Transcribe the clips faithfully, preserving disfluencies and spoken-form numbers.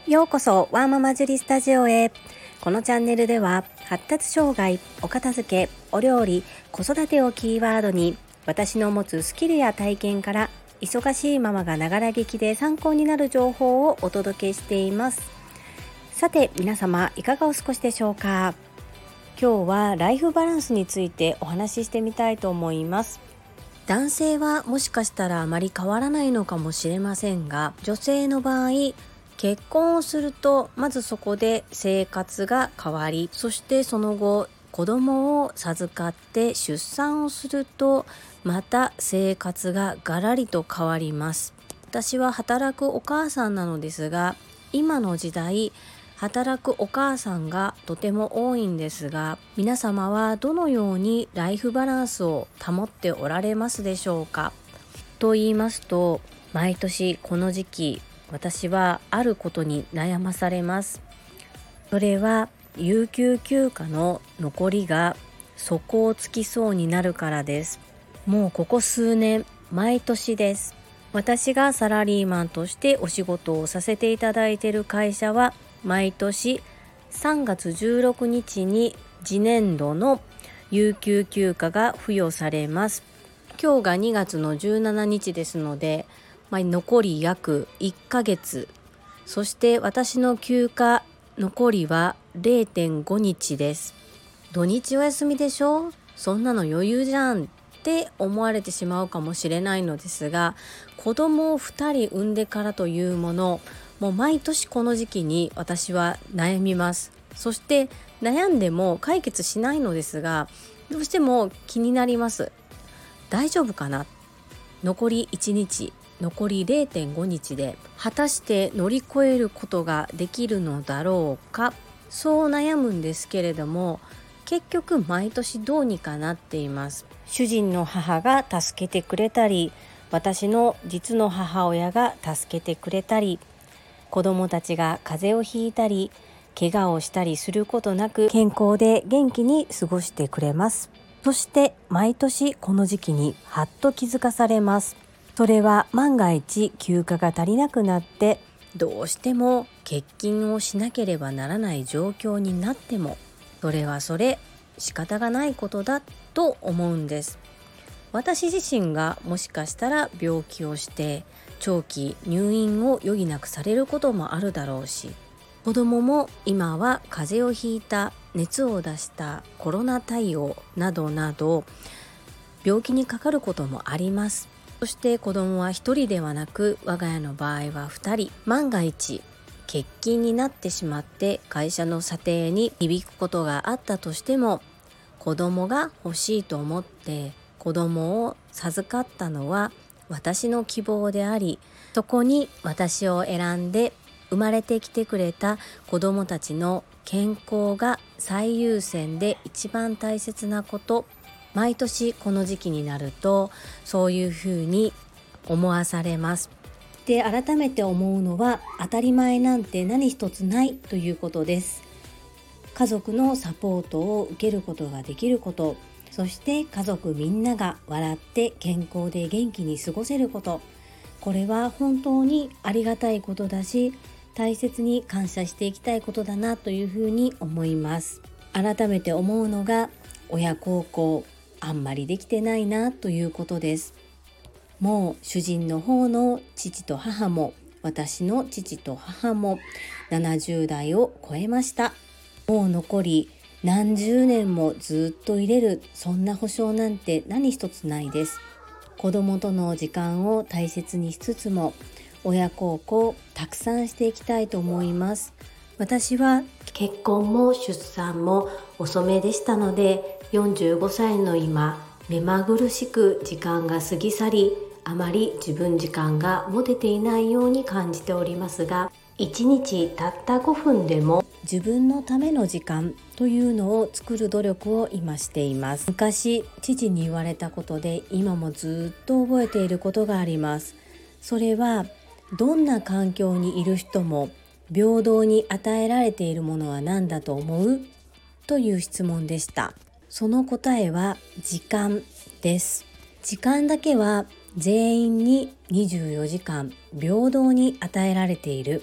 ようこそワーママジュリスタジオへ。このチャンネルでは発達障害、お片付け、お料理、子育てをキーワードに私の持つスキルや体験から忙しいママがながら聞きで参考になる情報をお届けしています。さて皆様いかがお過ごしでしょうか。今日はライフバランスについてお話ししてみたいと思います。男性はもしかしたらあまり変わらないのかもしれませんが、女性の場合結婚をするとまずそこで生活が変わり、そしてその後子供を授かって出産をするとまた生活がガラリと変わります。私は働くお母さんなのですが、今の時代働くお母さんがとても多いんですが、皆様はどのようにライフバランスを保っておられますでしょうか。と言いますと、毎年この時期私はあることに悩まされます。それは有給休暇の残りが底をつきそうになるからです。もうここ数年毎年です。私がサラリーマンとしてお仕事をさせていただいている会社は毎年さんがつじゅうろくにちに次年度の有給休暇が付与されます。今日がにがつのじゅうしちにちですので、まあ、残り約いっかげつ、そして私の休暇残りは れいてんごにちです。土日お休みでしょ、そんなの余裕じゃんって思われてしまうかもしれないのですが、子供をふたり産んでからというもの、もう毎年この時期に私は悩みます。そして悩んでも解決しないのですが、どうしても気になります。大丈夫かな、残りいちにち、残り れいてんごにちで果たして乗り越えることができるのだろうか、そう悩むんですけれども、結局毎年どうにかなっています。主人の母が助けてくれたり、私の実の母親が助けてくれたり、子供たちが風邪をひいたり怪我をしたりすることなく健康で元気に過ごしてくれます。そして毎年この時期にはっと気づかされます。それは万が一休暇が足りなくなってどうしても欠勤をしなければならない状況になっても、それはそれ仕方がないことだと思うんです。私自身がもしかしたら病気をして長期入院を余儀なくされることもあるだろうし、子供も今は風邪をひいた、熱を出した、コロナ対応などなど病気にかかることもあります。そして子供は一人ではなく、我が家の場合は二人、万が一欠勤になってしまって会社の査定に響くことがあったとしても、子供が欲しいと思って子供を授かったのは私の希望であり、そこに私を選んで生まれてきてくれた子供たちの健康が最優先で一番大切なこと、毎年この時期になるとそういうふうに思わされます。で、改めて思うのは当たり前なんて何一つないということです。家族のサポートを受けることができること、そして家族みんなが笑って健康で元気に過ごせること、これは本当にありがたいことだし、大切に感謝していきたいことだなというふうに思います。改めて思うのが親孝行あんまりできてないなということです。もう主人の方の父と母も私の父と母もななじゅうだいを超えました。もう残り何十年もずっと入れる、そんな保証なんて何一つないです。子供との時間を大切にしつつも親孝行たくさんしていきたいと思います。私は結婚も出産も遅めでしたので、よんじゅうごさいの今目まぐるしく時間が過ぎ去り、あまり自分時間が持てていないように感じておりますが、いちにちたったごふんでも自分のための時間というのを作る努力を今しています。昔父に言われたことで今もずっと覚えていることがあります。それはどんな環境にいる人も平等に与えられているものは何だと思うという質問でした。その答えは時間です。時間だけは全員ににじゅうよじかん平等に与えられている。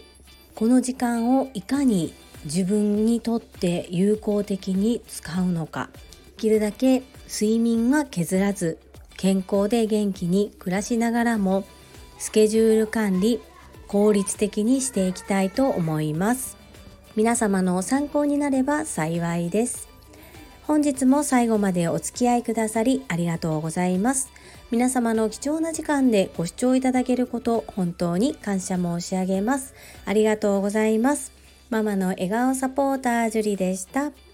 この時間をいかに自分にとって有効的に使うのか、できるだけ睡眠は削らず健康で元気に暮らしながらもスケジュール管理効率的にしていきたいと思います。皆様の参考になれば幸いです。本日も最後までお付き合いくださりありがとうございます。皆様の貴重な時間でご視聴いただけること本当に感謝申し上げます。ありがとうございます。ママの笑顔サポータージュリでした。